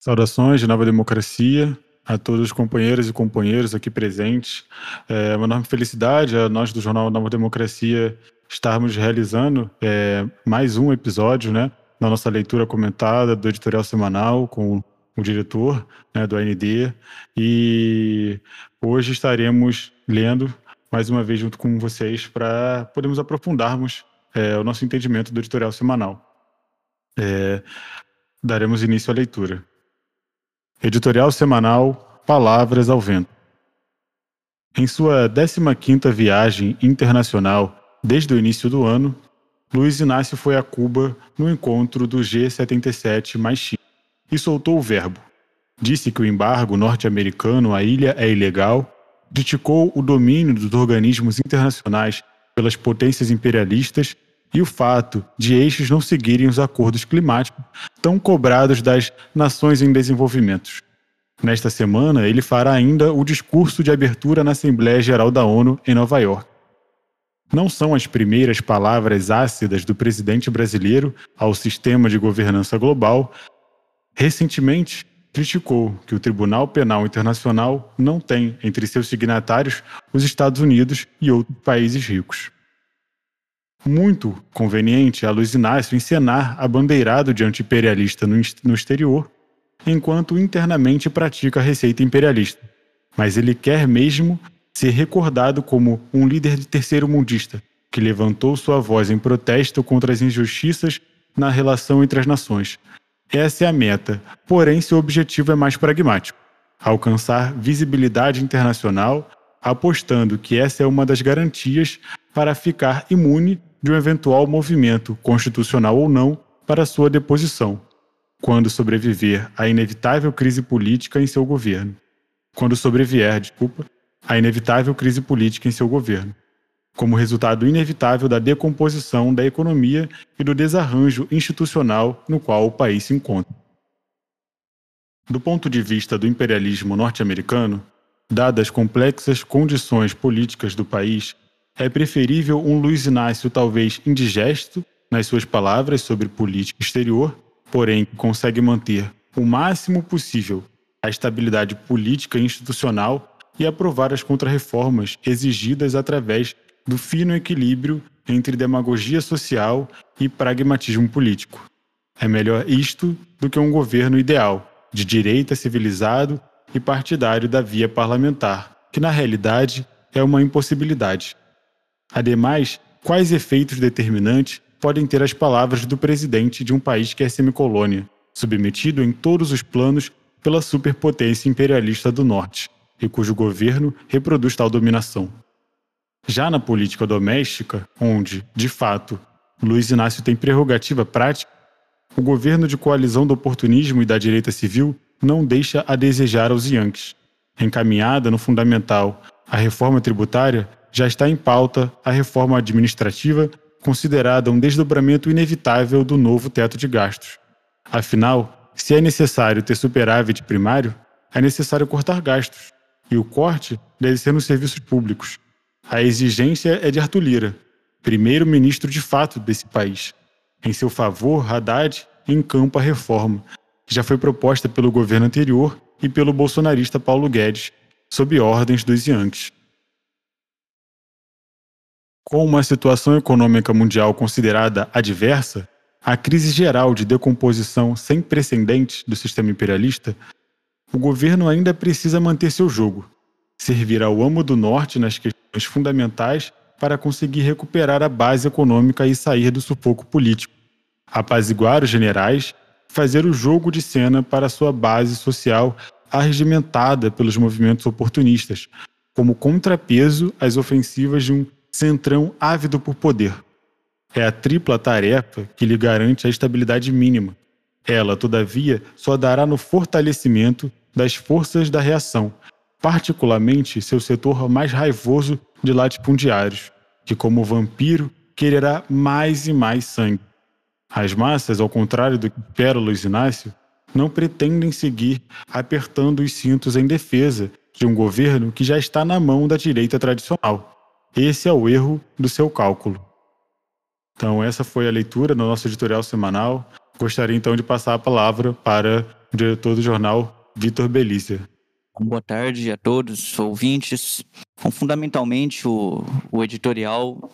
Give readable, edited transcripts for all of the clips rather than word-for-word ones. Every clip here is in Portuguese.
Saudações de Nova Democracia a todos os companheiros e companheiros aqui presentes. É uma enorme felicidade a nós do Jornal Nova Democracia estarmos realizando mais um episódio, né, na nossa leitura comentada do editorial semanal com o diretor, né, do AND, e hoje estaremos lendo mais uma vez junto com vocês para podermos aprofundarmos o nosso entendimento do editorial semanal. Daremos início à leitura. Editorial semanal Palavras ao Vento. Em sua 15ª viagem internacional desde o início do ano, Luiz Inácio foi a Cuba no encontro do G77 mais Chile e soltou o verbo. Disse que o embargo norte-americano à ilha é ilegal, criticou o domínio dos organismos internacionais pelas potências imperialistas e o fato de estes não seguirem os acordos climáticos tão cobrados das nações em desenvolvimento. Nesta semana, ele fará ainda o discurso de abertura na Assembleia Geral da ONU em Nova York. Não são as primeiras palavras ácidas do presidente brasileiro ao sistema de governança global. Recentemente, criticou que o Tribunal Penal Internacional não tem entre seus signatários os Estados Unidos e outros países ricos. Muito conveniente a Luiz Inácio encenar abandeirado de anti-imperialista no exterior, enquanto internamente pratica a receita imperialista. Mas ele quer mesmo ser recordado como um líder de terceiro-mundista, que levantou sua voz em protesto contra as injustiças na relação entre as nações. Essa é a meta, porém seu objetivo é mais pragmático: alcançar visibilidade internacional, apostando que essa é uma das garantias para ficar imune de um eventual movimento, constitucional ou não, para sua deposição, quando sobreviver à inevitável crise política em seu governo. A inevitável crise política em seu governo, como resultado inevitável da decomposição da economia e do desarranjo institucional no qual o país se encontra. Do ponto de vista do imperialismo norte-americano, dadas as complexas condições políticas do país, é preferível um Luiz Inácio talvez indigesto nas suas palavras sobre política exterior, porém consegue manter o máximo possível a estabilidade política e institucional e aprovar as contrarreformas exigidas através do fino equilíbrio entre demagogia social e pragmatismo político. É melhor isto do que um governo ideal, de direita civilizado e partidário da via parlamentar, que na realidade é uma impossibilidade. Ademais, quais efeitos determinantes podem ter as palavras do presidente de um país que é semicolônia, submetido em todos os planos pela superpotência imperialista do Norte, e cujo governo reproduz tal dominação? Já na política doméstica, onde, de fato, Luiz Inácio tem prerrogativa prática, o governo de coalizão do oportunismo e da direita civil não deixa a desejar aos Yankees. Encaminhada no fundamental a reforma tributária, já está em pauta a reforma administrativa, considerada um desdobramento inevitável do novo teto de gastos. Afinal, se é necessário ter superávit primário, é necessário cortar gastos, e o corte deve ser nos serviços públicos. A exigência é de Arthur Lira, primeiro-ministro de fato desse país. Em seu favor, Haddad encampa a reforma, que já foi proposta pelo governo anterior e pelo bolsonarista Paulo Guedes, sob ordens dos Yankees. Com uma situação econômica mundial considerada adversa, a crise geral de decomposição sem precedentes do sistema imperialista, o governo ainda precisa manter seu jogo, servir ao amo do Norte nas questões fundamentais para conseguir recuperar a base econômica e sair do sufoco político, apaziguar os generais, fazer o jogo de cena para sua base social arregimentada pelos movimentos oportunistas, como contrapeso às ofensivas de um centrão ávido por poder. É a tripla tarefa que lhe garante a estabilidade mínima. Ela, todavia, só dará no fortalecimento das forças da reação, particularmente seu setor mais raivoso de latifundiários, que, como vampiro, quererá mais e mais sangue. As massas, ao contrário do que espera Luiz Inácio, não pretendem seguir apertando os cintos em defesa de um governo que já está na mão da direita tradicional. Esse é o erro do seu cálculo. Então, essa foi a leitura do nosso editorial semanal. Gostaria então de passar a palavra para o diretor do jornal, Vitor Belícia. Boa tarde a todos, ouvintes. Bom, fundamentalmente, o editorial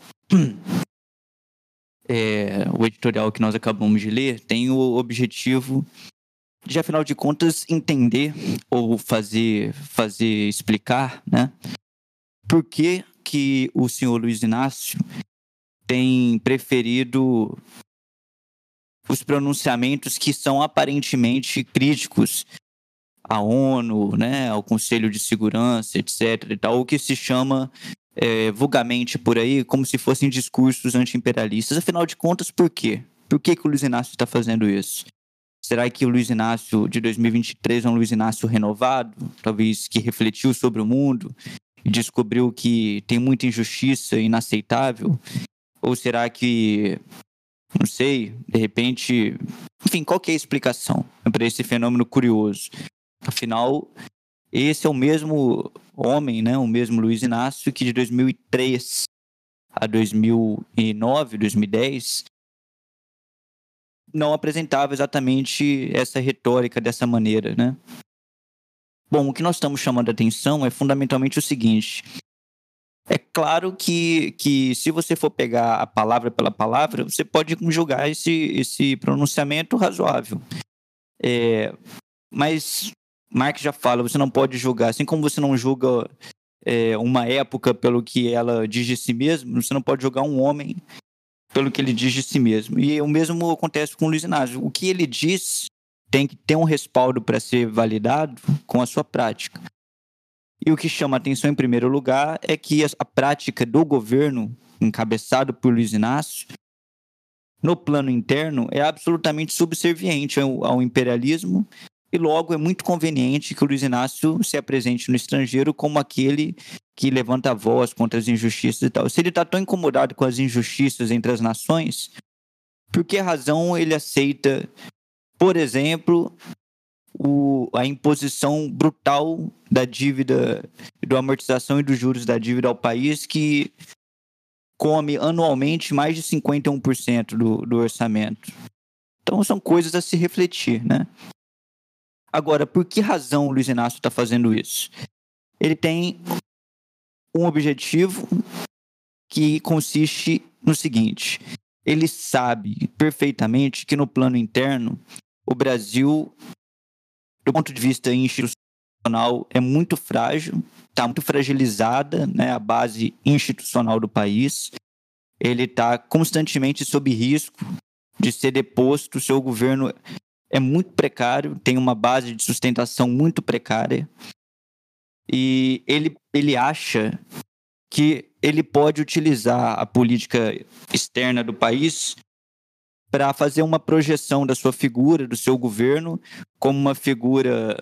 que nós acabamos de ler tem o objetivo de, afinal de contas, entender ou fazer explicar, né, por que o senhor Luiz Inácio tem preferido os pronunciamentos que são aparentemente críticos à ONU, né, ao Conselho de Segurança, etc. e tal, o que se chama vulgarmente por aí como se fossem discursos anti-imperialistas. Afinal de contas, por quê? Por que o Luiz Inácio está fazendo isso? Será que o Luiz Inácio de 2023 é um Luiz Inácio renovado? Talvez que refletiu sobre o mundo e descobriu que tem muita injustiça inaceitável? Ou será que, não sei, de repente... Enfim, qual que é a explicação para esse fenômeno curioso? Afinal, esse é o mesmo homem, né, o mesmo Luiz Inácio, que de 2003 a 2009, 2010, não apresentava exatamente essa retórica dessa maneira, né? Bom, o que nós estamos chamando a atenção é fundamentalmente o seguinte: é claro que se você for pegar a palavra pela palavra, você pode julgar esse pronunciamento razoável. Mas Marx já fala, você não pode julgar, assim como você não julga uma época pelo que ela diz de si mesma, você não pode julgar um homem pelo que ele diz de si mesmo. E o mesmo acontece com o Luiz Inácio. O que ele diz tem que ter um respaldo para ser validado com a sua prática. E o que chama a atenção em primeiro lugar é que a prática do governo, encabeçado por Luiz Inácio, no plano interno, é absolutamente subserviente ao imperialismo, e logo é muito conveniente que o Luiz Inácio se apresente no estrangeiro como aquele que levanta a voz contra as injustiças e tal. Se ele está tão incomodado com as injustiças entre as nações, por que razão ele aceita, por exemplo, a imposição brutal da dívida, da amortização e dos juros da dívida ao país, que come anualmente mais de 51% do orçamento? Então são coisas a se refletir, né? Agora, por que razão o Luiz Inácio está fazendo isso? Ele tem um objetivo que consiste no seguinte: ele sabe perfeitamente que no plano interno o Brasil, do ponto de vista institucional, é muito frágil, está muito fragilizada, né, a base institucional do país. Ele está constantemente sob risco de ser deposto, o seu governo é muito precário, tem uma base de sustentação muito precária, e ele acha que ele pode utilizar a política externa do país para fazer uma projeção da sua figura, do seu governo, como uma figura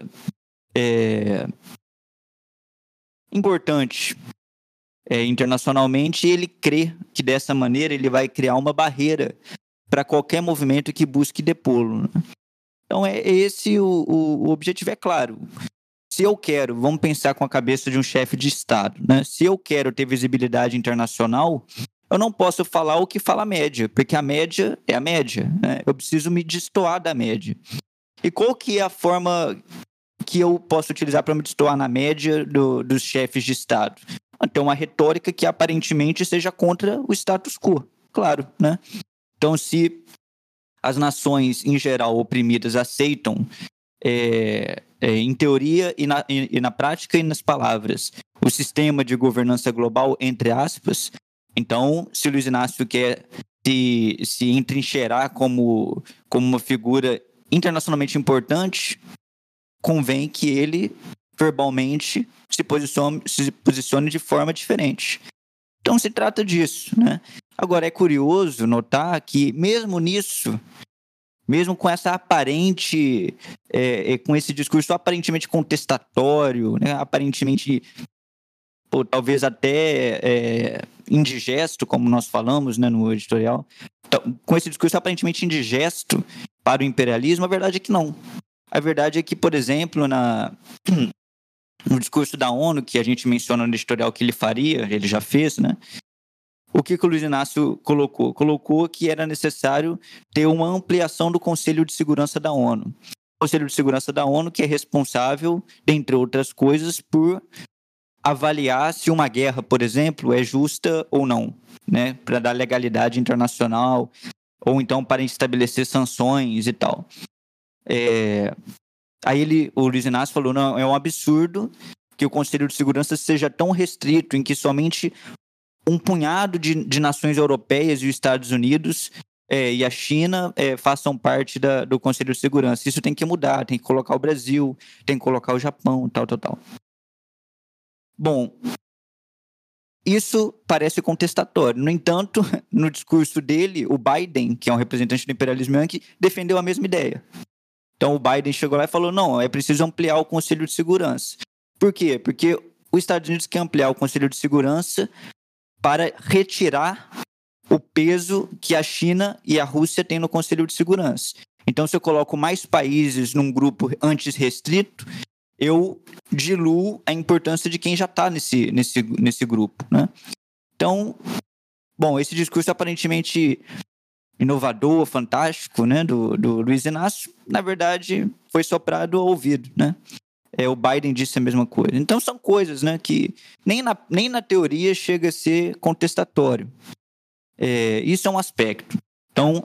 importante internacionalmente, e ele crê que dessa maneira ele vai criar uma barreira para qualquer movimento que busque depô-lo, né? Então, esse o objetivo, é claro. Se eu quero, vamos pensar com a cabeça de um chefe de Estado, né? Se eu quero ter visibilidade internacional, eu não posso falar o que fala a média, porque a média é a média, né? Eu preciso me destoar da média. E qual que é a forma que eu posso utilizar para me destoar na média dos chefes de Estado? Então, uma retórica que aparentemente seja contra o status quo, claro, né? Então, se as nações, em geral, oprimidas aceitam, em teoria e na prática e nas palavras, o sistema de governança global, entre aspas, então, se o Luiz Inácio quer se entrincheirar como uma figura internacionalmente importante, convém que ele, verbalmente, se posicione de forma diferente. Então, se trata disso, né? Agora, é curioso notar que, mesmo nisso, mesmo com essa aparente, com esse discurso aparentemente contestatório, né, aparentemente, talvez até indigesto, como nós falamos, né, no editorial, então, com esse discurso aparentemente indigesto para o imperialismo, a verdade é que não. A verdade é que, por exemplo, no discurso da ONU, que a gente menciona no editorial que ele faria, ele já fez, né? O que o Luiz Inácio colocou? Colocou que era necessário ter uma ampliação do Conselho de Segurança da ONU. Conselho de Segurança da ONU, que é responsável, dentre outras coisas, por avaliar se uma guerra, por exemplo, é justa ou não, né? Para dar legalidade internacional, ou então para estabelecer sanções e tal. Aí o Luiz Inácio falou, não, é um absurdo que o Conselho de Segurança seja tão restrito em que somente um punhado de nações europeias e os Estados Unidos e a China façam parte do Conselho de Segurança. Isso tem que mudar, tem que colocar o Brasil, tem que colocar o Japão, tal. Bom, isso parece contestatório. No entanto, no discurso dele, o Biden, que é um representante do imperialismo yankee, defendeu a mesma ideia. Então o Biden chegou lá e falou, não, é preciso ampliar o Conselho de Segurança. Por quê? Porque os Estados Unidos quer ampliar o Conselho de Segurança para retirar o peso que a China e a Rússia têm no Conselho de Segurança. Então, se eu coloco mais países num grupo antes restrito, eu diluo a importância de quem já está nesse grupo, né? Então, bom, esse discurso aparentemente inovador, fantástico, né, do Luiz Inácio, na verdade, foi soprado ao ouvido, né? O Biden disse a mesma coisa. Então, são coisas, né, que nem na teoria chega a ser contestatório. Isso é um aspecto. Então,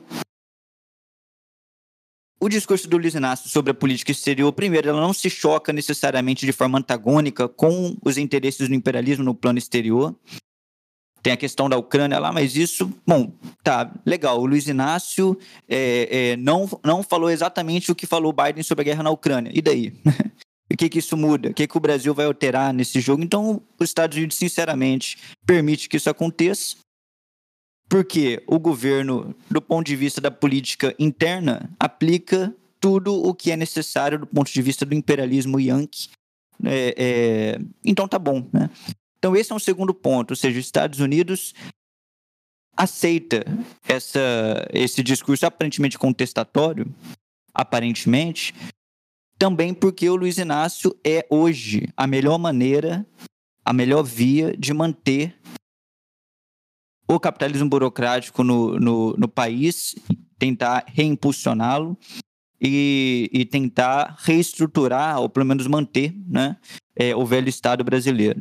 o discurso do Luiz Inácio sobre a política exterior, primeiro, ela não se choca necessariamente de forma antagônica com os interesses do imperialismo no plano exterior. Tem a questão da Ucrânia lá, mas isso, bom, tá, legal. O Luiz Inácio não falou exatamente o que falou o Biden sobre a guerra na Ucrânia. E daí? O que isso muda? O que o Brasil vai alterar nesse jogo? Então, os Estados Unidos, sinceramente, permite que isso aconteça, porque o governo, do ponto de vista da política interna, aplica tudo o que é necessário do ponto de vista do imperialismo yankee. Então, tá bom, né? Então, esse é um segundo ponto, ou seja, os Estados Unidos aceita esse discurso aparentemente contestatório, aparentemente, também porque o Luiz Inácio é hoje a melhor maneira, a melhor via de manter o capitalismo burocrático no país, tentar reimpulsioná-lo e tentar reestruturar, ou pelo menos manter, né, o velho Estado brasileiro.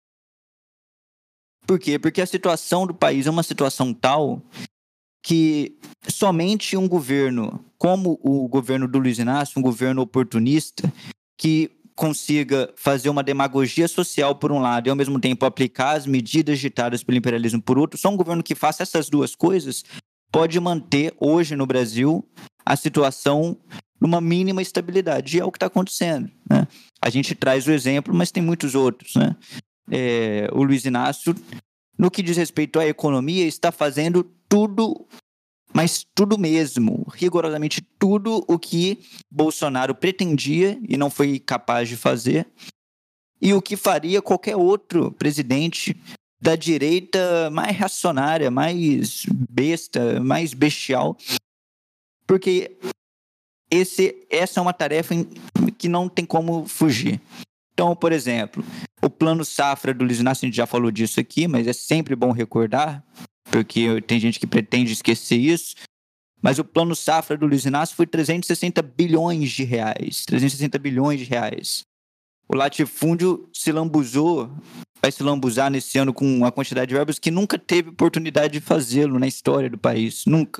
Por quê? Porque a situação do país é uma situação tal que somente um governo, como o governo do Luiz Inácio, um governo oportunista, que consiga fazer uma demagogia social por um lado e ao mesmo tempo aplicar as medidas ditadas pelo imperialismo por outro, só um governo que faça essas duas coisas pode manter hoje no Brasil a situação numa mínima estabilidade. E é o que está acontecendo, né? A gente traz o exemplo, mas tem muitos outros, né? O Luiz Inácio, no que diz respeito à economia, está fazendo tudo, mas tudo mesmo, rigorosamente tudo o que Bolsonaro pretendia e não foi capaz de fazer, e o que faria qualquer outro presidente da direita mais reacionária, mais besta, mais bestial, porque essa é uma tarefa que não tem como fugir. Então, por exemplo, o plano safra do Luiz Inácio, a gente já falou disso aqui, mas é sempre bom recordar, porque tem gente que pretende esquecer isso, mas o plano safra do Luiz Inácio foi 360 bilhões de reais. 360 bilhões de reais. O latifúndio vai se lambuzar nesse ano com uma quantidade de verbas que nunca teve oportunidade de fazê-lo na história do país. Nunca.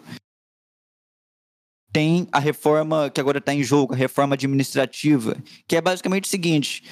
Tem a reforma que agora está em jogo, a reforma administrativa, que é basicamente o seguinte: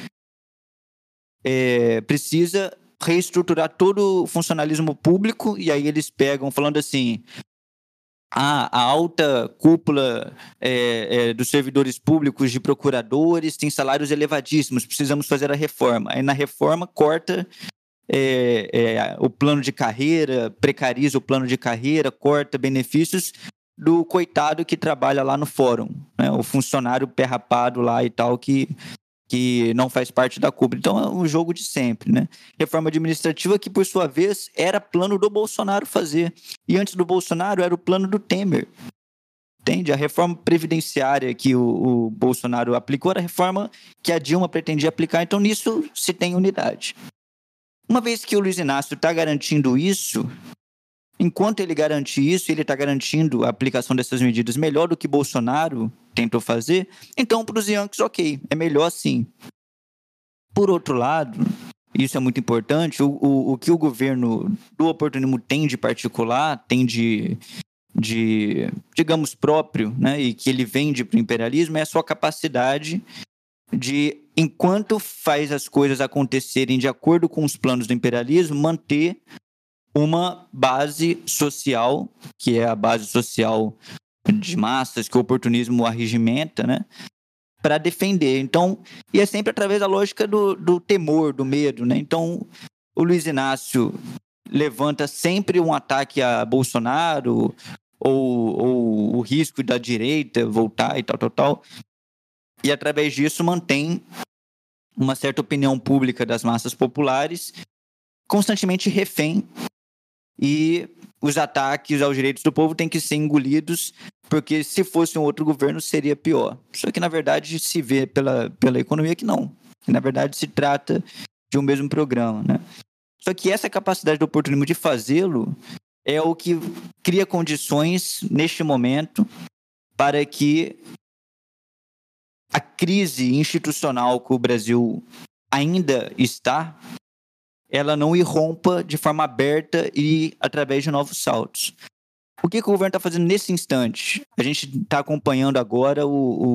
precisa reestruturar todo o funcionalismo público, e aí eles pegam falando assim, a alta cúpula dos servidores públicos, de procuradores, tem salários elevadíssimos, precisamos fazer a reforma. Aí na reforma corta o plano de carreira, precariza o plano de carreira, corta benefícios do coitado que trabalha lá no fórum, né? O funcionário pé rapado lá e tal, que não faz parte da cúpula. Então é um jogo de sempre, né? Reforma administrativa que, por sua vez, era plano do Bolsonaro fazer. E antes do Bolsonaro era o plano do Temer. Entende? A reforma previdenciária que o Bolsonaro aplicou era a reforma que a Dilma pretendia aplicar. Então nisso se tem unidade. Uma vez que o Luiz Inácio está garantindo isso, enquanto ele garante isso, ele está garantindo a aplicação dessas medidas melhor do que Bolsonaro tentou fazer, então para os Yankees, ok, é melhor assim. Por outro lado, isso é muito importante, o que o governo do oportunismo tem de particular, tem de digamos, próprio, né, e que ele vende para o imperialismo, é a sua capacidade de, enquanto faz as coisas acontecerem de acordo com os planos do imperialismo, manter uma base social, que é a base social de massas que o oportunismo arregimenta, né, para defender. Então, e é sempre através da lógica do temor, do medo, né? Então, o Luiz Inácio levanta sempre um ataque a Bolsonaro ou o risco da direita voltar e tal. E, através disso, mantém uma certa opinião pública das massas populares constantemente refém, e os ataques aos direitos do povo têm que ser engolidos, porque se fosse um outro governo seria pior. Só que, na verdade, se vê pela economia que não. Que, na verdade, se trata de um mesmo programa, né? Só que essa capacidade do oportunismo de fazê-lo é o que cria condições, neste momento, para que a crise institucional que o Brasil ainda está, ela não irrompa de forma aberta e através de novos saltos. O que o governo está fazendo nesse instante? A gente está acompanhando agora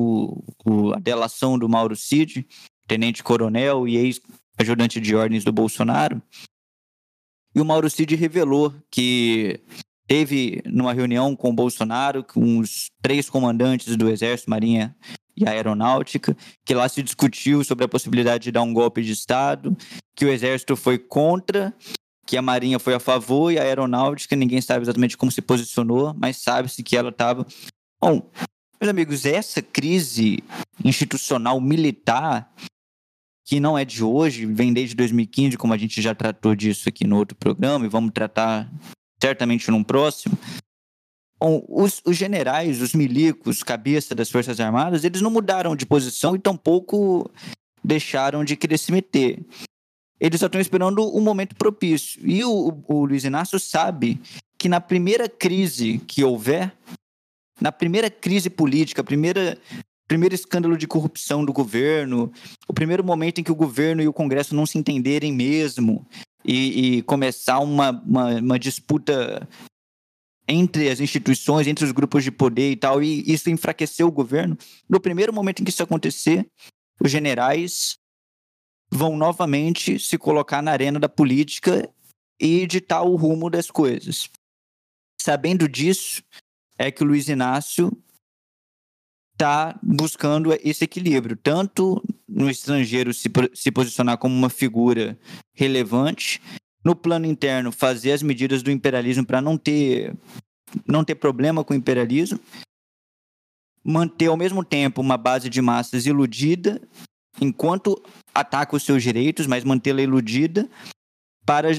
a delação do Mauro Cid, tenente-coronel e ex-ajudante de ordens do Bolsonaro. E o Mauro Cid revelou que teve numa reunião com o Bolsonaro, com os 3 comandantes do Exército, Marinha e Aeronáutica, que lá se discutiu sobre a possibilidade de dar um golpe de Estado, que o Exército foi contra, que a Marinha foi a favor, e a Aeronáutica, ninguém sabe exatamente como se posicionou, mas sabe-se que ela estava... Bom, meus amigos, essa crise institucional militar, que não é de hoje, vem desde 2015, como a gente já tratou disso aqui no outro programa, e vamos tratar certamente num próximo. Bom, os generais, os milicos, cabeça das Forças Armadas, eles não mudaram de posição e tampouco deixaram de querer se meter. Eles só estão esperando um momento propício. E o Luiz Inácio sabe que na primeira crise que houver, na primeira crise política, primeiro escândalo de corrupção do governo, o primeiro momento em que o governo e o Congresso não se entenderem mesmo e começar uma disputa entre as instituições, entre os grupos de poder e tal, e isso enfraqueceu o governo, no primeiro momento em que isso acontecer, os generais vão novamente se colocar na arena da política e ditar o rumo das coisas. Sabendo disso, é que o Luiz Inácio está buscando esse equilíbrio, tanto no estrangeiro se posicionar como uma figura relevante, no plano interno fazer as medidas do imperialismo para não ter problema com o imperialismo, manter ao mesmo tempo uma base de massas iludida, enquanto ataca os seus direitos, mas mantê-la iludida para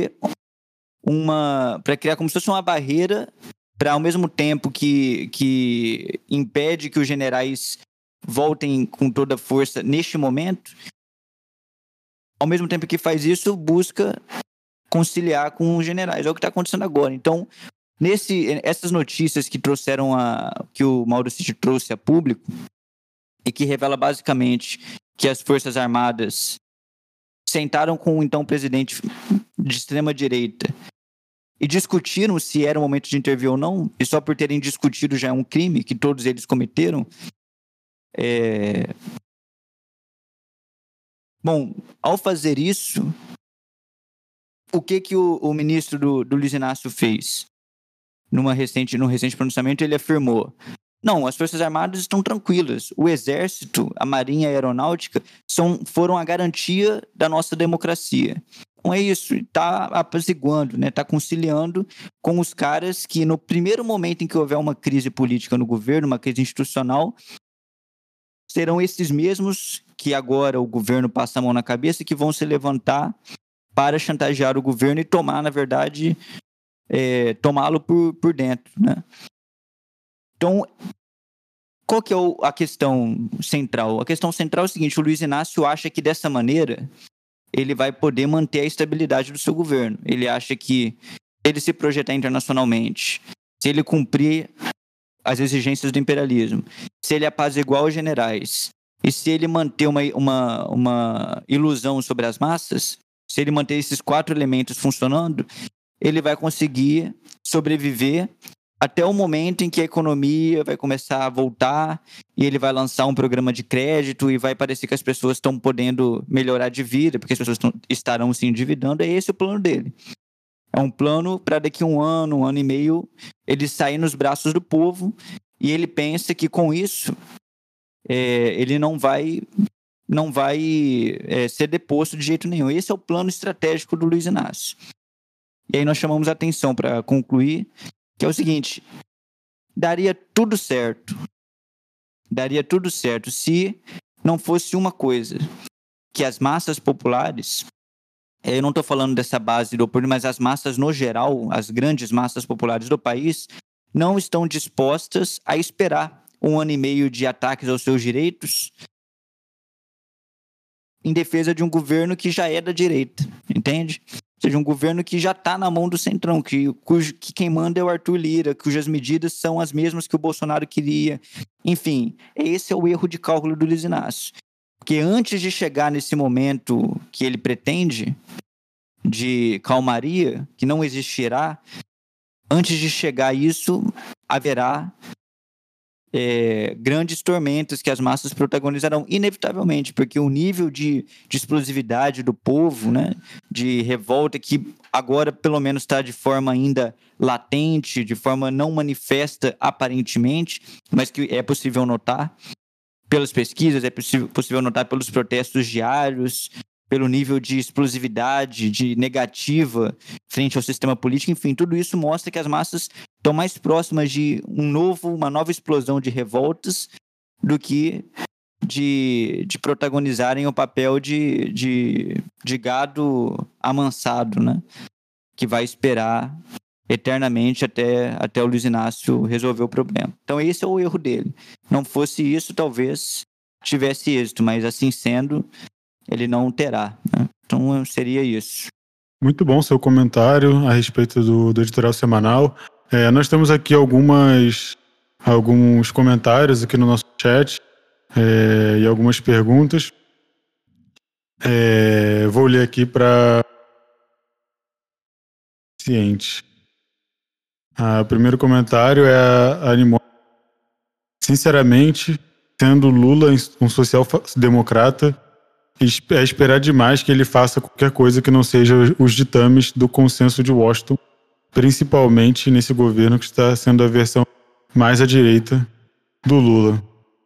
criar como se fosse uma barreira para, ao mesmo tempo que impede que os generais voltem com toda a força neste momento, ao mesmo tempo que faz isso, busca conciliar com os generais. É o que está acontecendo agora. Então, essas notícias que trouxeram que o Mauro Cid trouxe a público e que revela basicamente que as Forças Armadas sentaram com o então presidente de extrema-direita e discutiram se era o momento de intervir ou não, e só por terem discutido já é um crime que todos eles cometeram. Bom, ao fazer isso, o que o ministro do Luiz Inácio fez? Num recente pronunciamento, ele afirmou: não, as Forças Armadas estão tranquilas. O Exército, a Marinha e a Aeronáutica foram a garantia da nossa democracia. Então é isso, está apaziguando, né? Está conciliando com os caras que, no primeiro momento em que houver uma crise política no governo, uma crise institucional, serão esses mesmos que agora o governo passa a mão na cabeça que vão se levantar para chantagear o governo e tomar, na verdade, tomá-lo por dentro, né? Então, qual que é a questão central? A questão central é o seguinte: o Luiz Inácio acha que dessa maneira ele vai poder manter a estabilidade do seu governo. Ele acha que ele se projetar internacionalmente, se ele cumprir as exigências do imperialismo, se ele apaziguar os generais, e se ele manter uma ilusão sobre as massas, se ele manter esses 4 elementos funcionando, ele vai conseguir sobreviver até o momento em que a economia vai começar a voltar e ele vai lançar um programa de crédito e vai parecer que as pessoas estão podendo melhorar de vida, porque as pessoas estarão se endividando. É esse o plano dele. É um plano para daqui a um ano e meio, ele sair nos braços do povo, e ele pensa que com isso ele não vai ser deposto de jeito nenhum. Esse é o plano estratégico do Luiz Inácio. E aí nós chamamos a atenção para concluir, que é o seguinte: daria tudo certo se não fosse uma coisa, que as massas populares, eu não estou falando dessa base do oposto, mas as massas no geral, as grandes massas populares do país, não estão dispostas a esperar 1 ano e meio de ataques aos seus direitos em defesa de um governo que já é da direita, entende? Ou seja, um governo que já está na mão do Centrão, que quem manda é o Arthur Lira, cujas medidas são as mesmas que o Bolsonaro queria. Enfim, esse é o erro de cálculo do Luiz Inácio. Porque antes de chegar nesse momento que ele pretende, de calmaria, que não existirá, antes de chegar a isso, haverá grandes tormentas que as massas protagonizarão, inevitavelmente, porque o nível de explosividade do povo, né, de revolta, que agora pelo menos está de forma ainda latente, de forma não manifesta aparentemente, mas que é possível notar pelas pesquisas, é possível notar pelos protestos diários, pelo nível de explosividade, de negativa frente ao sistema político. Enfim, tudo isso mostra que as massas estão mais próximas de uma nova explosão de revoltas do que de protagonizarem o papel de gado amansado, né? Que vai esperar eternamente até o Luiz Inácio resolver o problema. Então esse é o erro dele. Não fosse isso, talvez tivesse êxito, mas assim sendo, ele não terá, né? Então seria isso. Muito bom seu comentário a respeito do editorial semanal. Nós temos aqui alguns comentários aqui no nosso chat e algumas perguntas. Vou ler aqui para ciente. O primeiro comentário é a Animal. Sinceramente, sendo Lula um social-democrata, é esperar demais que ele faça qualquer coisa que não seja os ditames do consenso de Washington, principalmente nesse governo que está sendo a versão mais à direita do Lula.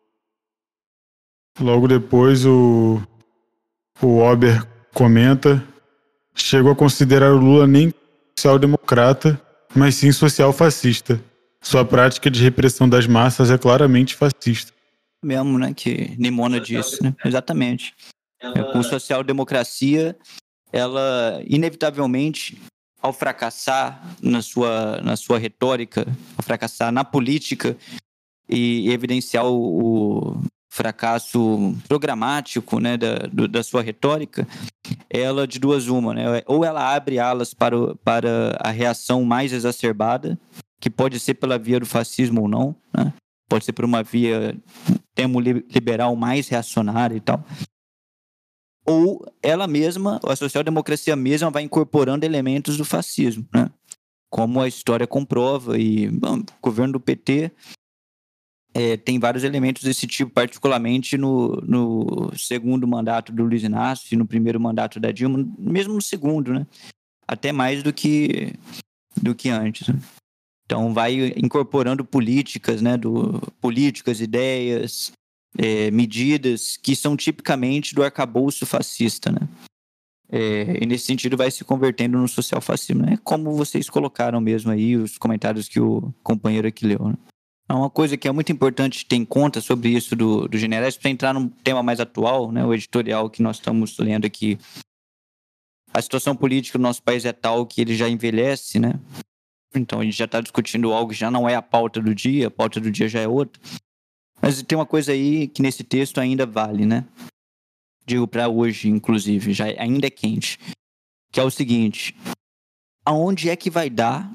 Logo depois, o Ober comenta: chegou a considerar o Lula nem social-democrata, mas sim social-fascista. Sua prática de repressão das massas é claramente fascista. Mesmo, né, que Nimona disse, né? Exatamente. Com social-democracia, ela inevitavelmente, ao fracassar na sua retórica, ao fracassar na política e evidenciar o fracasso programático, né, da sua retórica, ela de duas uma, né? Ou ela abre alas para a reação mais exacerbada, que pode ser pela via do fascismo ou não, né? Pode ser por uma via termo liberal mais reacionária e tal. Ou ela mesma, a social-democracia mesma, vai incorporando elementos do fascismo, né? Como a história comprova, e o governo do PT tem vários elementos desse tipo, particularmente no segundo mandato do Luiz Inácio e no primeiro mandato da Dilma, mesmo no segundo, né? Até mais do que antes, né? Então vai incorporando políticas, né? Políticas, ideias, medidas que são tipicamente do arcabouço fascista, né? E nesse sentido vai se convertendo no social-fascismo, né? Como vocês colocaram mesmo aí, os comentários que o companheiro aqui leu, né? Uma coisa que é muito importante ter em conta sobre isso do generais, para entrar num tema mais atual, né, o editorial que nós estamos lendo aqui. A situação política do nosso país é tal que ele já envelhece, né? Então a gente já está discutindo algo que já não é a pauta do dia, a pauta do dia já é outra. Mas tem uma coisa aí que nesse texto ainda vale, né? Digo para hoje, inclusive, já ainda é quente. Que é o seguinte: aonde é que vai dar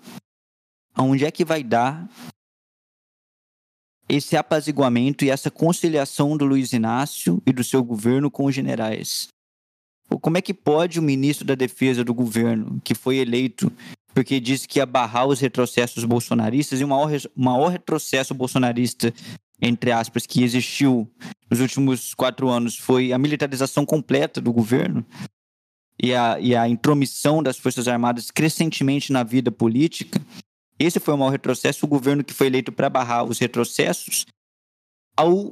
esse apaziguamento e essa conciliação do Luiz Inácio e do seu governo com os generais? Como é que pode o ministro da Defesa do governo, que foi eleito porque disse que ia barrar os retrocessos bolsonaristas, e o maior retrocesso bolsonarista, entre aspas, que existiu nos últimos 4 anos foi a militarização completa do governo e a intromissão das Forças Armadas crescentemente na vida política? Esse foi o maior retrocesso. O governo que foi eleito para barrar os retrocessos, ao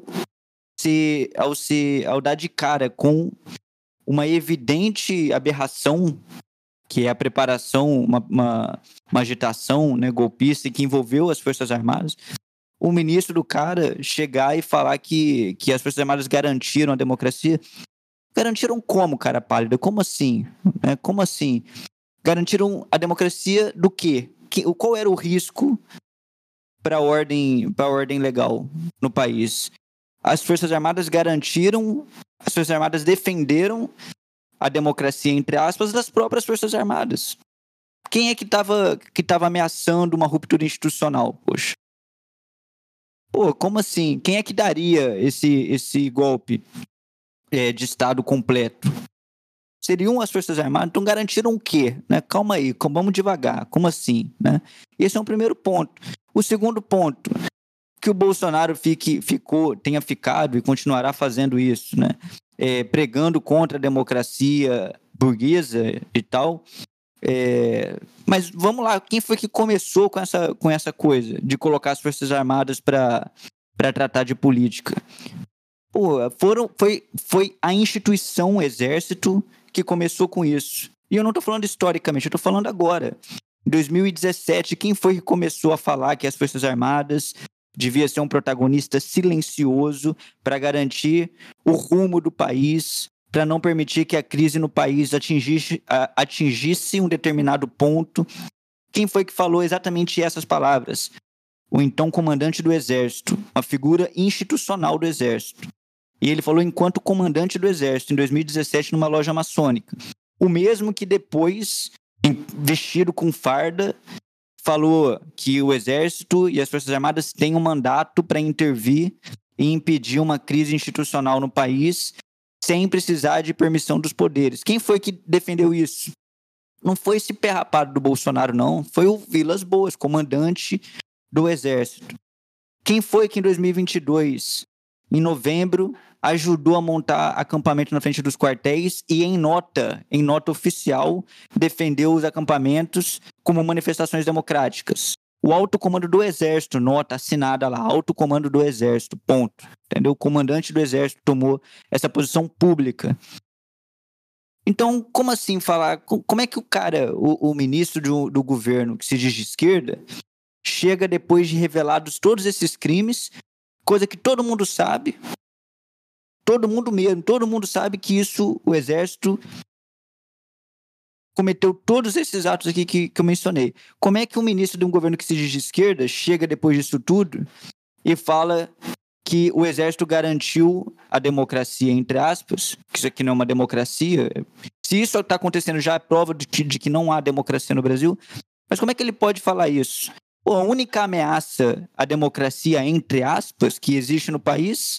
dar de cara com uma evidente aberração, que é a preparação, uma agitação, né, golpista que envolveu as Forças Armadas, o ministro do cara chegar e falar que as Forças Armadas garantiram a democracia. Garantiram como, cara pálido? Como assim? Como assim? Garantiram a democracia do quê? Qual era o risco para a ordem legal no país? As Forças Armadas garantiram, as Forças Armadas defenderam a democracia, entre aspas, das próprias Forças Armadas. Quem é que estava ameaçando uma ruptura institucional? Poxa. Como assim? Quem é que daria esse golpe de Estado completo? Seriam as Forças Armadas? Então garantiram o quê? Calma aí, vamos devagar. Como assim? Esse é um primeiro ponto. O segundo ponto, que o Bolsonaro tenha ficado e continuará fazendo isso, pregando contra a democracia burguesa e tal. Mas vamos lá, quem foi que começou com essa coisa de colocar as Forças Armadas para tratar de política? Foi a instituição Exército que começou com isso. E eu não estou falando historicamente, eu estou falando agora. Em 2017, quem foi que começou a falar que as Forças Armadas devia ser um protagonista silencioso para garantir o rumo do país, para não permitir que a crise no país atingisse um determinado ponto? Quem foi que falou exatamente essas palavras? O então comandante do Exército, uma figura institucional do Exército. E ele falou enquanto comandante do Exército, em 2017, numa loja maçônica. O mesmo que depois, vestido com farda, falou que o Exército e as Forças Armadas têm um mandato para intervir e impedir uma crise institucional no país sem precisar de permissão dos poderes. Quem foi que defendeu isso? Não foi esse pé rapado do Bolsonaro, não. Foi o Vilas Boas, comandante do Exército. Quem foi que em 2022, em novembro, ajudou a montar acampamento na frente dos quartéis e em nota oficial, defendeu os acampamentos como manifestações democráticas? O alto comando do Exército, nota assinada lá, alto comando do Exército, ponto. Entendeu? O comandante do Exército tomou essa posição pública. Então, como assim falar? Como é que o cara, o ministro do governo, que se diz de esquerda, chega depois de revelados todos esses crimes, coisa que todo mundo sabe, todo mundo sabe que isso, o Exército cometeu todos esses atos aqui que eu mencionei. Como é que um ministro de um governo que se diz de esquerda chega depois disso tudo e fala que o Exército garantiu a democracia, entre aspas, que isso aqui não é uma democracia? Se isso está acontecendo, já é prova de que não há democracia no Brasil. Mas como é que ele pode falar isso? A única ameaça à democracia, entre aspas, que existe no país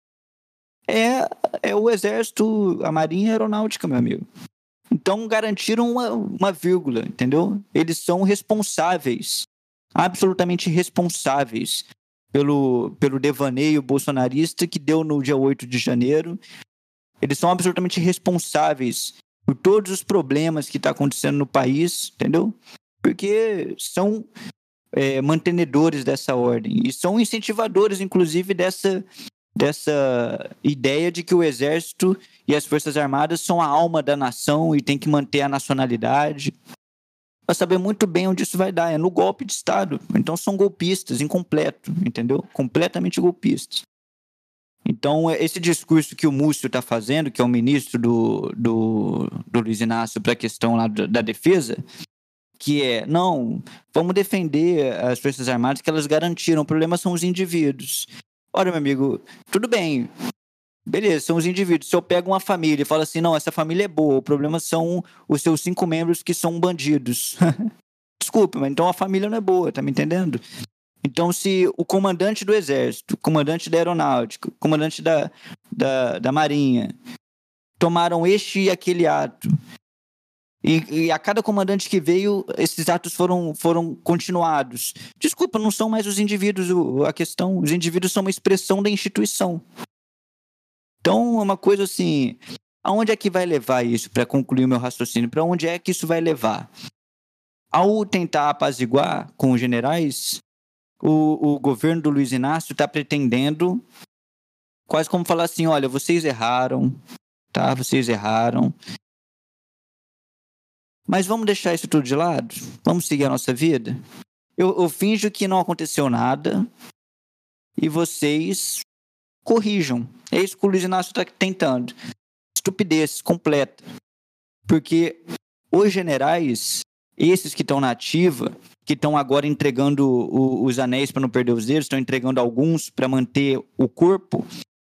é o Exército, a Marinha e a Aeronáutica, meu amigo. Então garantiram uma vírgula, entendeu? Eles são responsáveis, absolutamente responsáveis pelo devaneio bolsonarista que deu no dia 8 de janeiro. Eles são absolutamente responsáveis por todos os problemas que estão acontecendo no país, entendeu? Porque são mantenedores dessa ordem e são incentivadores, inclusive, dessa ideia de que o Exército e as Forças Armadas são a alma da nação e tem que manter a nacionalidade. Para saber muito bem onde isso vai dar, é no golpe de Estado. Então são golpistas, incompleto, entendeu? Completamente golpistas. Então esse discurso que o Múcio está fazendo, que é o ministro do Luiz Inácio para a questão lá da defesa, que não, vamos defender as Forças Armadas que elas garantiram, o problema são os indivíduos. Olha, meu amigo, tudo bem, Beleza, são os indivíduos. Se eu pego uma família e falo assim, não, essa família é boa, o problema são os seus 5 membros que são bandidos. Desculpa, mas então a família não é boa, tá me entendendo? Então, se o comandante do exército, o comandante da aeronáutica, o comandante da marinha tomaram este e aquele ato, e a cada comandante que veio, esses atos foram continuados. Desculpa, não são mais os indivíduos a questão. Os indivíduos são uma expressão da instituição. Então, é uma coisa assim, aonde é que vai levar isso, para concluir o meu raciocínio? Para onde é que isso vai levar? Ao tentar apaziguar com os generais, o governo do Luiz Inácio está pretendendo quase como falar assim, olha, vocês erraram, tá? Vocês erraram. Mas vamos deixar isso tudo de lado? Vamos seguir a nossa vida? Eu finjo que não aconteceu nada e vocês corrijam. É isso que o Luiz Inácio está tentando. Estupidez completa. Porque os generais, esses que estão na ativa, que estão agora entregando os anéis para não perder os dedos, estão entregando alguns para manter o corpo,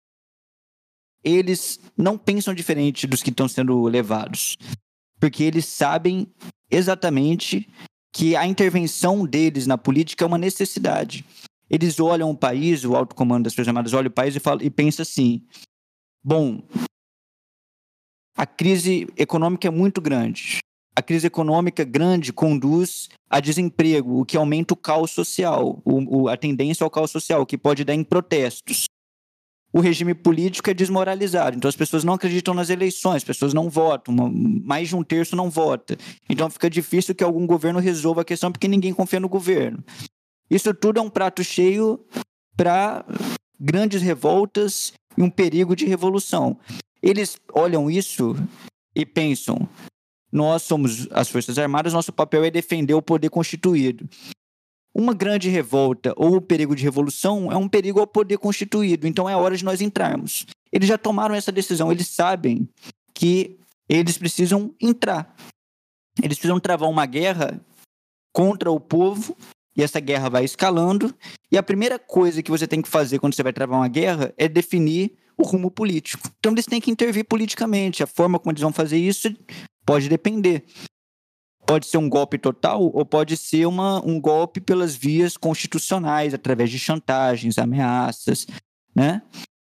eles não pensam diferente dos que estão sendo levados. Porque eles sabem exatamente que a intervenção deles na política é uma necessidade. Eles olham o país, o alto comando das Forças Armadas olha o país e pensa assim, bom, a crise econômica é muito grande. A crise econômica grande conduz a desemprego, o que aumenta o caos social, a tendência ao caos social, que pode dar em protestos. O regime político é desmoralizado, então as pessoas não acreditam nas eleições, as pessoas não votam, mais de 1/3 não vota. Então fica difícil que algum governo resolva a questão porque ninguém confia no governo. Isso tudo é um prato cheio para grandes revoltas e um perigo de revolução. Eles olham isso e pensam, nós somos as Forças Armadas, nosso papel é defender o poder constituído. Uma grande revolta ou o perigo de revolução é um perigo ao poder constituído, então é hora de nós entrarmos. Eles já tomaram essa decisão, eles sabem que eles precisam entrar. Eles precisam travar uma guerra contra o povo, e essa guerra vai escalando, e a primeira coisa que você tem que fazer quando você vai travar uma guerra é definir o rumo político. Então eles têm que intervir politicamente, a forma como eles vão fazer isso pode depender. Pode ser um golpe total ou pode ser um golpe pelas vias constitucionais, através de chantagens, ameaças, né?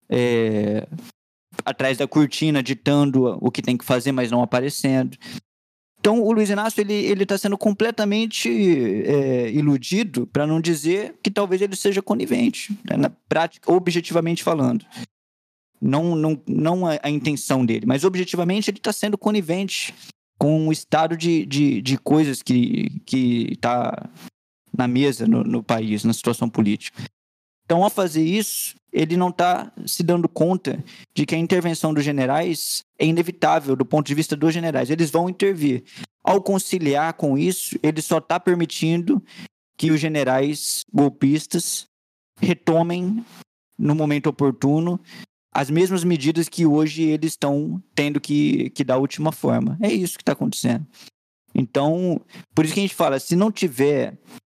Atrás da cortina, ditando o que tem que fazer, mas não aparecendo. Então, o Luiz Inácio ele está sendo completamente iludido, para não dizer que talvez ele seja conivente, né? Na prática, objetivamente falando. Não a intenção dele, mas objetivamente ele está sendo conivente com o estado de coisas que está na mesa no país, na situação política. Então, ao fazer isso, ele não está se dando conta de que a intervenção dos generais é inevitável do ponto de vista dos generais. Eles vão intervir. Ao conciliar com isso, ele só está permitindo que os generais golpistas retomem, no momento oportuno, as mesmas medidas que hoje eles estão tendo que dar a última forma. É isso que está acontecendo. Então, por isso que a gente fala, se não tiver...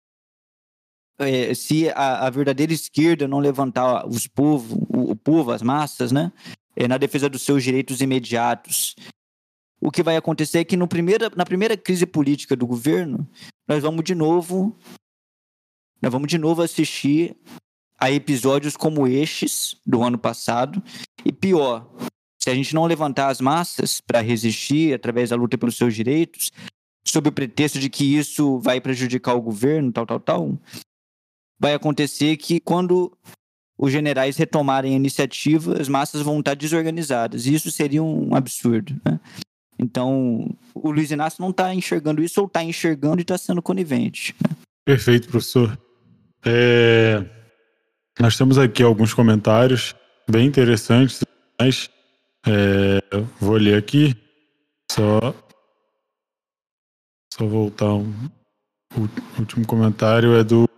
se a verdadeira esquerda não levantar o povo, as massas, né, na defesa dos seus direitos imediatos, o que vai acontecer é que na primeira crise política do governo, nós vamos de novo assistir a episódios como estes do ano passado, e pior, se a gente não levantar as massas para resistir através da luta pelos seus direitos, sob o pretexto de que isso vai prejudicar o governo, tal, vai acontecer que quando os generais retomarem a iniciativa, as massas vão estar desorganizadas, e isso seria um absurdo, né? Então, o Luiz Inácio não está enxergando isso, ou está enxergando e está sendo conivente. Perfeito, professor. Nós temos aqui alguns comentários bem interessantes, mas vou ler aqui, só voltar o último comentário é do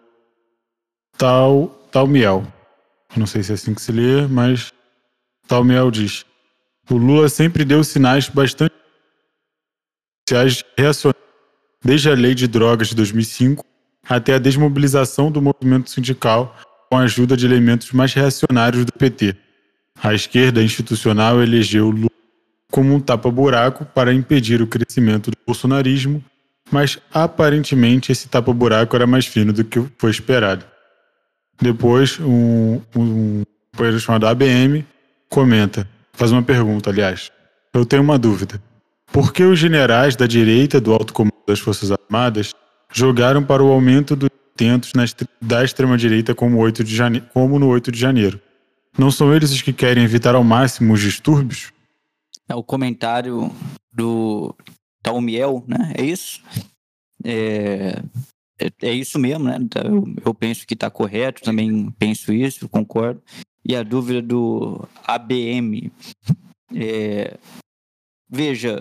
Talmiel. Não sei se é assim que se lê, mas Talmiel diz: o Lula sempre deu sinais bastante reacionários, desde a lei de drogas de 2005 até a desmobilização do movimento sindical com a ajuda de elementos mais reacionários do PT. A esquerda institucional elegeu Lula como um tapa-buraco para impedir o crescimento do bolsonarismo, mas aparentemente esse tapa-buraco era mais fino do que foi esperado. Depois, um companheiro chamado ABM comenta, faz uma pergunta, aliás. Eu tenho uma dúvida. Por que os generais da direita do alto comando das Forças Armadas jogaram para o aumento dos intentos da extrema-direita como no 8 de janeiro? Não são eles os que querem evitar ao máximo os distúrbios? É o comentário do Taumiel, né? É isso? É isso mesmo, né? Eu penso que está correto, também penso isso, concordo. E a dúvida do ABM. Veja,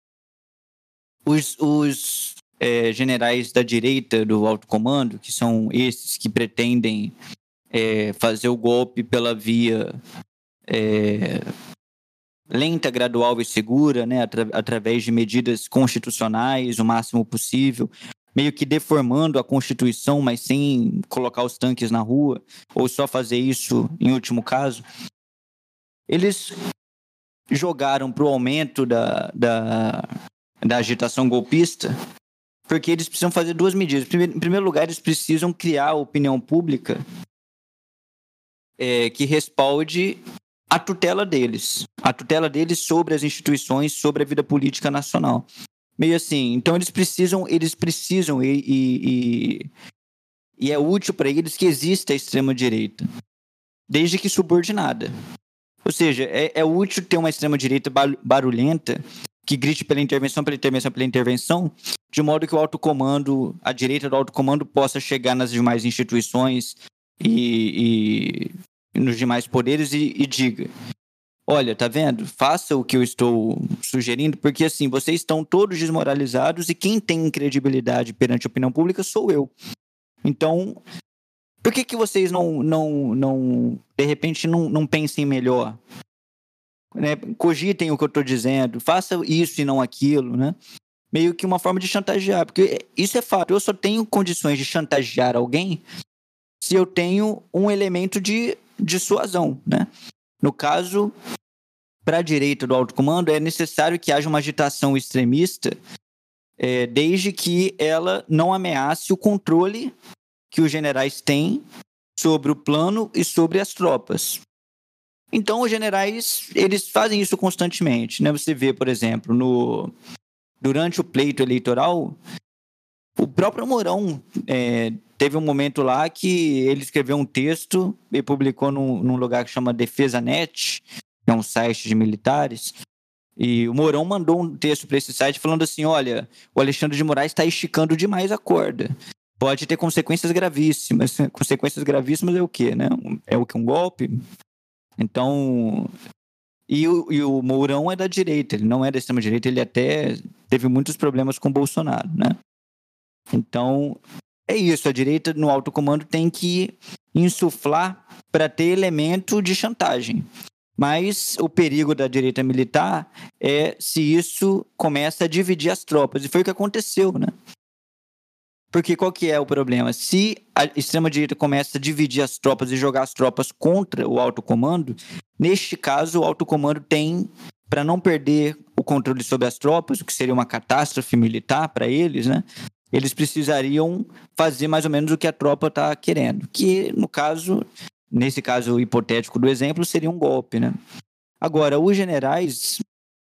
os generais da direita do alto comando, que são esses que pretendem fazer o golpe pela via lenta, gradual e segura, né, através de medidas constitucionais o máximo possível, meio que deformando a Constituição, mas sem colocar os tanques na rua, ou só fazer isso em último caso, eles jogaram para o aumento da agitação golpista, porque eles precisam fazer duas medidas. Em primeiro lugar, eles precisam criar opinião pública que respalde a tutela deles sobre as instituições, sobre a vida política nacional. Meio assim, então eles precisam e é útil para eles que exista a extrema-direita, desde que subordinada. Ou seja, é útil ter uma extrema-direita barulhenta que grite pela intervenção, de modo que o alto comando, a direita do alto comando possa chegar nas demais instituições e nos demais poderes e diga: olha, tá vendo? Faça o que eu estou sugerindo, porque assim, vocês estão todos desmoralizados e quem tem credibilidade perante a opinião pública sou eu. Então, por que vocês não de repente, não pensem melhor? Né? Cogitem o que eu estou dizendo, faça isso e não aquilo, né? Meio que uma forma de chantagear, porque isso é fato, eu só tenho condições de chantagear alguém se eu tenho um elemento de dissuasão, né? No caso, para a direita do alto comando, é necessário que haja uma agitação extremista, desde que ela não ameace o controle que os generais têm sobre o plano e sobre as tropas. Então, os generais, eles fazem isso constantemente, né? Você vê, por exemplo, durante o pleito eleitoral, o próprio Mourão teve um momento lá que ele escreveu um texto e publicou num lugar que chama Defesa.net, que é um site de militares, e o Mourão mandou um texto para esse site falando assim: olha, o Alexandre de Moraes está esticando demais a corda. Pode ter consequências gravíssimas. Consequências gravíssimas é o quê, né? É o que? Um golpe? Então... E o Mourão é da direita, ele não é da extrema-direita, ele até teve muitos problemas com o Bolsonaro, né? Então, é isso, a direita no alto comando tem que insuflar para ter elemento de chantagem. Mas o perigo da direita militar é se isso começa a dividir as tropas, e foi o que aconteceu, né? Porque qual que é o problema? Se a extrema-direita começa a dividir as tropas e jogar as tropas contra o alto comando, neste caso, o alto comando tem, para não perder o controle sobre as tropas, o que seria uma catástrofe militar para eles, né? Eles precisariam fazer mais ou menos o que a tropa está querendo, que no caso, nesse caso hipotético do exemplo, seria um golpe, né? Agora, os generais,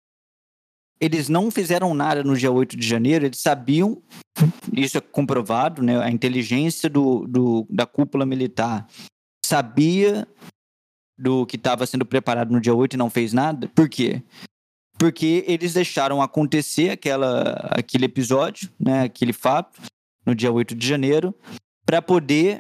eles não fizeram nada no dia 8 de janeiro, eles sabiam, isso é comprovado, né? A inteligência da cúpula militar sabia do que estava sendo preparado no dia 8 e não fez nada. Por quê? Porque eles deixaram acontecer aquele episódio, né? Aquele fato, no dia 8 de janeiro, para poder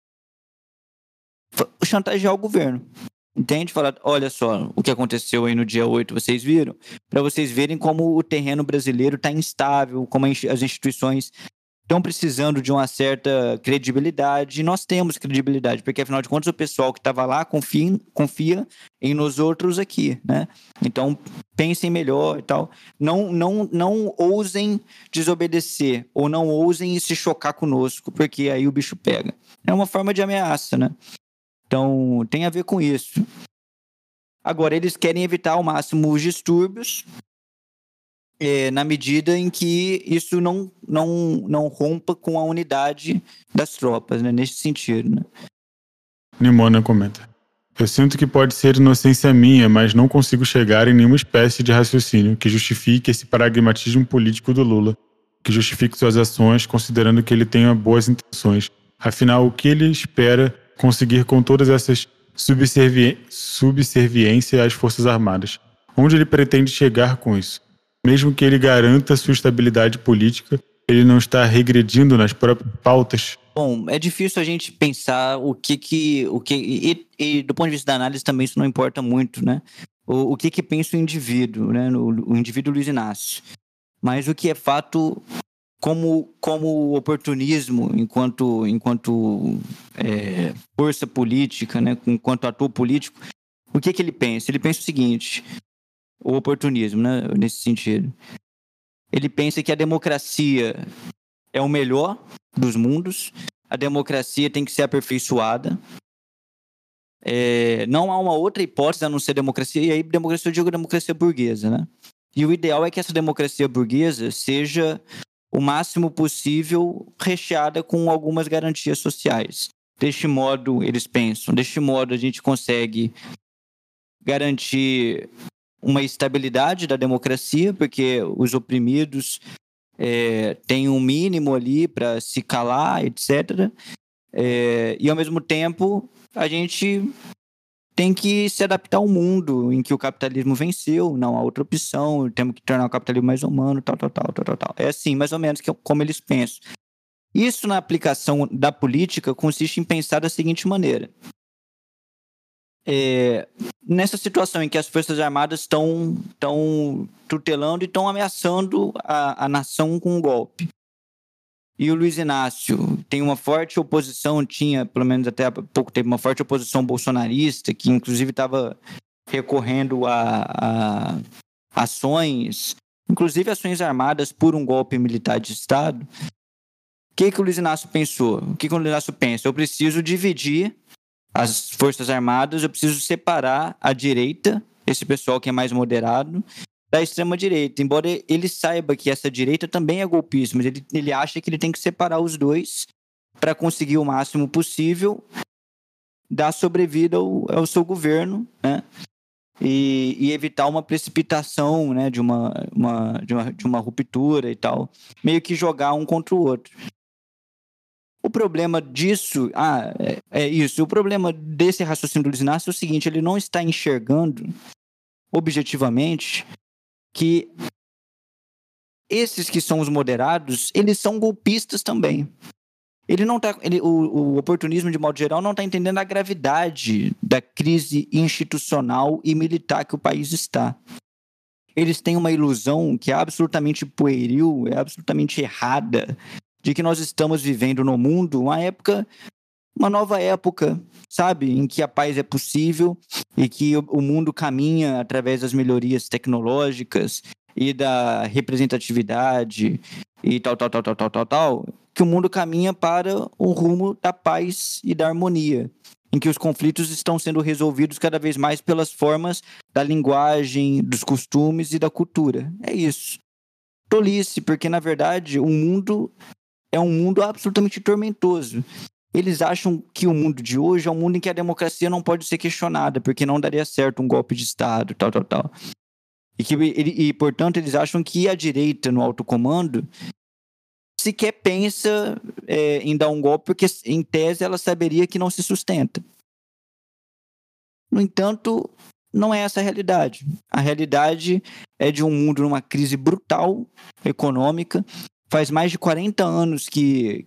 chantagear o governo. Entende? Falar, olha só, o que aconteceu aí no dia 8, vocês viram? Para vocês verem como o terreno brasileiro está instável, como as instituições estão precisando de uma certa credibilidade. E nós temos credibilidade, porque afinal de contas o pessoal que estava lá confia em nós outros aqui, né? Então, pensem melhor e tal. Não ousem desobedecer, ou não ousem se chocar conosco, porque aí o bicho pega. É uma forma de ameaça, né? Então, tem a ver com isso. Agora, eles querem evitar ao máximo os distúrbios, na medida em que isso não rompa com a unidade das tropas, né? Nesse sentido, né? Nimona comenta: eu sinto que pode ser inocência minha, mas não consigo chegar em nenhuma espécie de raciocínio que justifique esse pragmatismo político do Lula, que justifique suas ações considerando que ele tenha boas intenções. Afinal, o que ele espera conseguir com todas essas subserviência às Forças Armadas? Onde ele pretende chegar com isso? Mesmo que ele garanta sua estabilidade política, ele não está regredindo nas próprias pautas? Bom, é difícil a gente pensar o que e do ponto de vista da análise também isso não importa muito, né? O que pensa o indivíduo, né? O indivíduo Luiz Inácio. Mas o que é fato, como oportunismo enquanto força política, né? Enquanto ator político, o que ele pensa? Ele pensa o seguinte, o oportunismo, né? Nesse sentido. Ele pensa que a democracia é o melhor dos mundos, a democracia tem que ser aperfeiçoada, não há uma outra hipótese a não ser democracia, e aí democracia eu digo democracia burguesa, né? E o ideal é que essa democracia burguesa seja o máximo possível recheada com algumas garantias sociais. Deste modo, eles pensam, deste modo a gente consegue garantir uma estabilidade da democracia, porque os oprimidos têm um mínimo ali para se calar, etc. E, ao mesmo tempo, a gente tem que se adaptar ao mundo em que o capitalismo venceu, não há outra opção, temos que tornar o capitalismo mais humano, tal. É assim, mais ou menos, como eles pensam. Isso, na aplicação da política, consiste em pensar da seguinte maneira. Nessa situação em que as Forças Armadas estão tutelando e estão ameaçando a nação com um golpe, e o Luiz Inácio tem uma forte oposição, tinha, pelo menos até há pouco tempo, uma forte oposição bolsonarista, que inclusive estava recorrendo a ações, inclusive ações armadas por um golpe militar de Estado. O que o Luiz Inácio pensou? O que o Luiz Inácio pensa? Eu preciso dividir as Forças Armadas, eu preciso separar a direita, esse pessoal que é mais moderado, da extrema-direita. Embora ele saiba que essa direita também é golpista, mas ele acha que ele tem que separar os dois para conseguir o máximo possível dar sobrevida ao seu governo, né? E evitar uma precipitação, né, de uma ruptura e tal. Meio que jogar um contra o outro. O problema disso, o problema desse raciocínio do Luiz Inácio é o seguinte, ele não está enxergando objetivamente que esses que são os moderados, eles são golpistas também. O oportunismo, de modo geral, não está entendendo a gravidade da crise institucional e militar que o país está. Eles têm uma ilusão que é absolutamente pueril, é absolutamente errada, de que nós estamos vivendo no mundo uma nova época, sabe? Em que a paz é possível e que o mundo caminha através das melhorias tecnológicas e da representatividade e tal, que o mundo caminha para o rumo da paz e da harmonia, em que os conflitos estão sendo resolvidos cada vez mais pelas formas da linguagem, dos costumes e da cultura. É isso. Tolice, porque, na verdade, o mundo é um mundo absolutamente tormentoso. Eles acham que o mundo de hoje é um mundo em que a democracia não pode ser questionada, porque não daria certo um golpe de Estado, tal. E, portanto, eles acham que a direita no alto comando sequer pensa em dar um golpe, porque, em tese, ela saberia que não se sustenta. No entanto, não é essa a realidade. A realidade é de um mundo numa crise brutal econômica. Faz mais de 40 anos que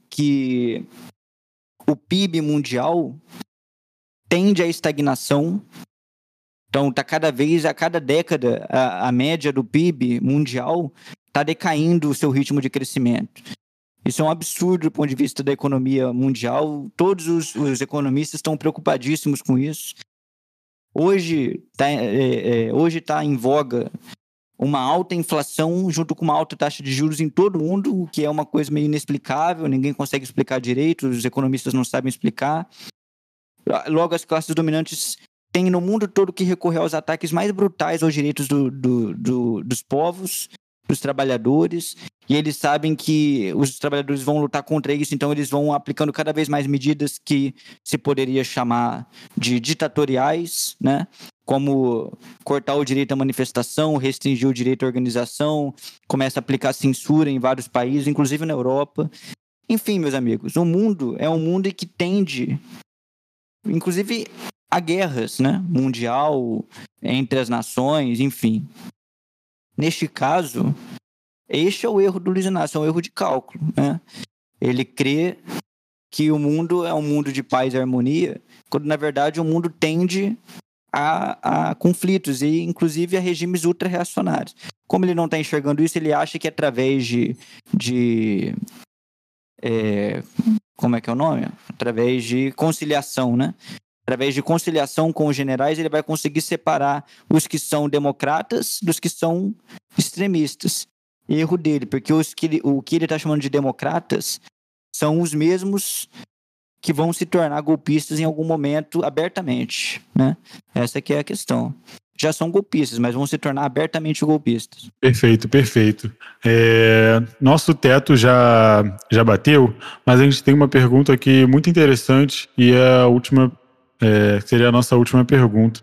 o PIB mundial tende à estagnação. Então, a cada década, a média do PIB mundial está decaindo o seu ritmo de crescimento. Isso é um absurdo do ponto de vista da economia mundial. Todos os economistas estão preocupadíssimos com isso. Hoje está em voga uma alta inflação junto com uma alta taxa de juros em todo o mundo, o que é uma coisa meio inexplicável, ninguém consegue explicar direito, os economistas não sabem explicar. Logo, as classes dominantes tem no mundo todo que recorrer aos ataques mais brutais aos direitos dos povos, dos trabalhadores, e eles sabem que os trabalhadores vão lutar contra isso, então eles vão aplicando cada vez mais medidas que se poderia chamar de ditatoriais, né? Como cortar o direito à manifestação, restringir o direito à organização, começa a aplicar censura em vários países, inclusive na Europa. Enfim, meus amigos, o mundo é um mundo que tende, inclusive, a guerras, né? Mundial, entre as nações, enfim. Neste caso, este é o erro do Luiz Inácio, é um erro de cálculo, né? Ele crê que o mundo é um mundo de paz e harmonia, quando, na verdade, o mundo tende a conflitos e, inclusive, a regimes ultra-reacionários. Como ele não está enxergando isso, ele acha que através como é que é o nome? Através de conciliação, né? Através de conciliação com os generais, ele vai conseguir separar os que são democratas dos que são extremistas. Erro dele, porque o que ele está chamando de democratas são os mesmos que vão se tornar golpistas em algum momento abertamente, né? Essa que é a questão. Já são golpistas, mas vão se tornar abertamente golpistas. Perfeito, perfeito. Nosso teto já bateu, mas a gente tem uma pergunta aqui muito interessante e é a última, seria a nossa última pergunta.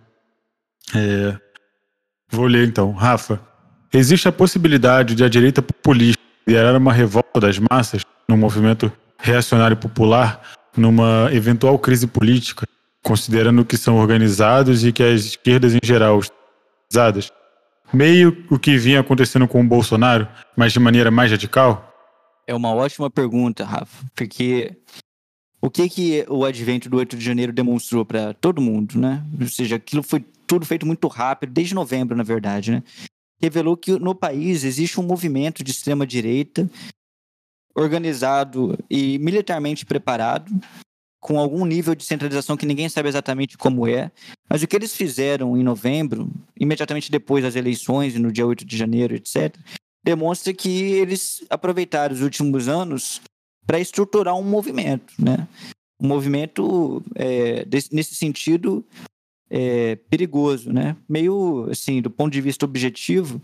Vou ler então. Rafa, existe a possibilidade de a direita populista liderar uma revolta das massas num movimento reacionário popular numa eventual crise política, considerando que são organizados e que as esquerdas em geral estão organizadas? Meio o que vinha acontecendo com o Bolsonaro, mas de maneira mais radical? É uma ótima pergunta, Rafa, porque o que o advento do 8 de janeiro demonstrou para todo mundo, né? Ou seja, aquilo foi tudo feito muito rápido, desde novembro, na verdade, né? Revelou que no país existe um movimento de extrema-direita organizado e militarmente preparado, com algum nível de centralização que ninguém sabe exatamente como é. Mas o que eles fizeram em novembro, imediatamente depois das eleições, e no dia 8 de janeiro, etc., demonstra que eles aproveitaram os últimos anos para estruturar um movimento, né? Um movimento, nesse sentido, perigoso, né? Meio, assim, do ponto de vista objetivo,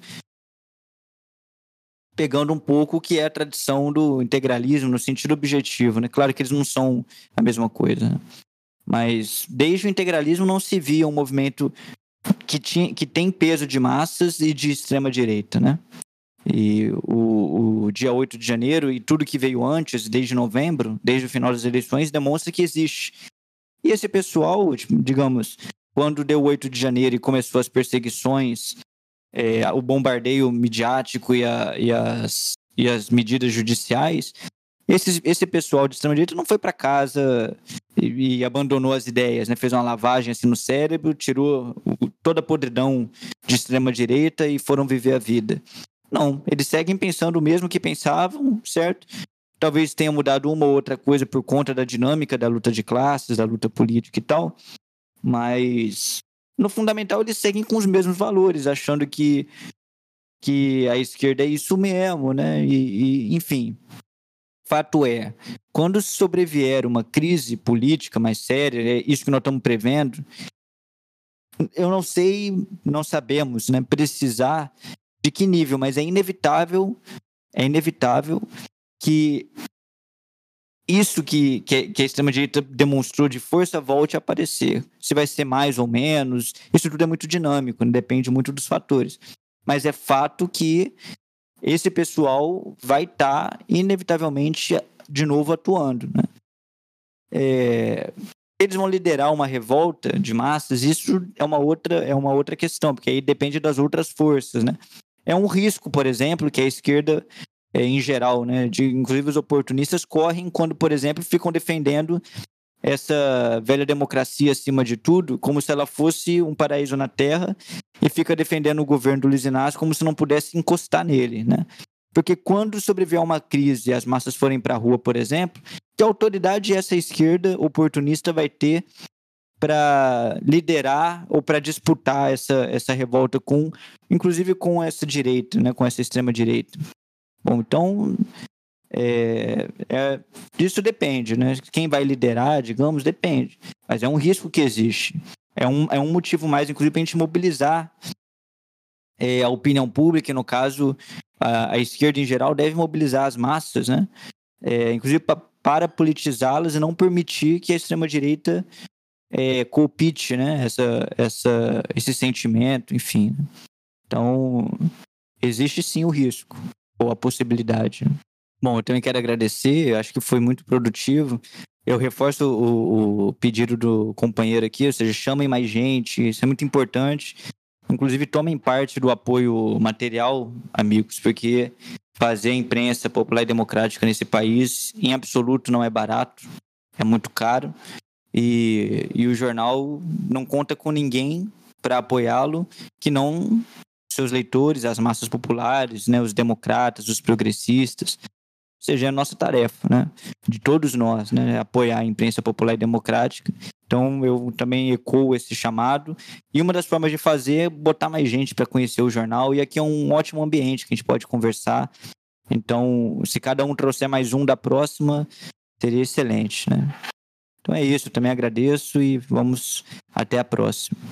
pegando um pouco o que é a tradição do integralismo no sentido objetivo, né? Claro que eles não são a mesma coisa, né? Mas desde o integralismo não se via um movimento que tem peso de massas e de extrema-direita, né? E o dia 8 de janeiro e tudo que veio antes, desde novembro, desde o final das eleições, demonstra que existe. E esse pessoal, digamos, quando deu 8 de janeiro e começou as perseguições, o bombardeio midiático e as medidas judiciais, esse pessoal de extrema-direita não foi para casa e abandonou as ideias, né? Fez uma lavagem assim no cérebro, tirou toda a podridão de extrema-direita e foram viver a vida. Não, eles seguem pensando o mesmo que pensavam, certo? Talvez tenha mudado uma ou outra coisa por conta da dinâmica da luta de classes, da luta política e tal, mas no fundamental eles seguem com os mesmos valores, achando que a esquerda é isso mesmo, né? Enfim, fato é, quando sobrevier uma crise política mais séria, é isso que nós estamos prevendo, eu não sei, não sabemos, né, precisar de que nível, mas é inevitável que isso que a extrema-direita demonstrou de força volte a aparecer. Se vai ser mais ou menos, isso tudo é muito dinâmico, né? Depende muito dos fatores. Mas é fato que esse pessoal vai estar, inevitavelmente, de novo atuando, né? Eles vão liderar uma revolta de massas, isso é uma outra questão, porque aí depende das outras forças, né? É um risco, por exemplo, que a esquerda, em geral, né, inclusive os oportunistas, correm quando, por exemplo, ficam defendendo essa velha democracia acima de tudo, como se ela fosse um paraíso na Terra, e fica defendendo o governo do Luiz Inácio como se não pudesse encostar nele, né? Porque quando sobreviver a uma crise e as massas forem para a rua, por exemplo, que autoridade essa esquerda oportunista vai ter para liderar ou para disputar essa revolta inclusive com essa direita, né, com essa extrema-direita? Bom, então, disso depende, né? Quem vai liderar, digamos, depende. Mas é um risco que existe. é um motivo mais, inclusive, para a gente mobilizar a opinião pública, e no caso, a esquerda em geral deve mobilizar as massas, né? Inclusive para politizá-las e não permitir que a extrema-direita coopte, né? Esse sentimento, enfim. Então, existe sim o risco, ou a possibilidade. Bom, eu também quero agradecer, acho que foi muito produtivo. Eu reforço o pedido do companheiro aqui, ou seja, chamem mais gente, isso é muito importante. Inclusive, tomem parte do apoio material, amigos, porque fazer a imprensa popular e democrática nesse país, em absoluto, não é barato, é muito caro. E o jornal não conta com ninguém para apoiá-lo que não seus leitores, as massas populares, né, os democratas, os progressistas. Ou seja, é a nossa tarefa, né, de todos nós, né, apoiar a imprensa popular e democrática. Então, eu também ecoo esse chamado. E uma das formas de fazer é botar mais gente para conhecer o jornal. E aqui é um ótimo ambiente que a gente pode conversar. Então, se cada um trouxer mais um da próxima, seria excelente, né? Então é isso, também agradeço e vamos até a próxima.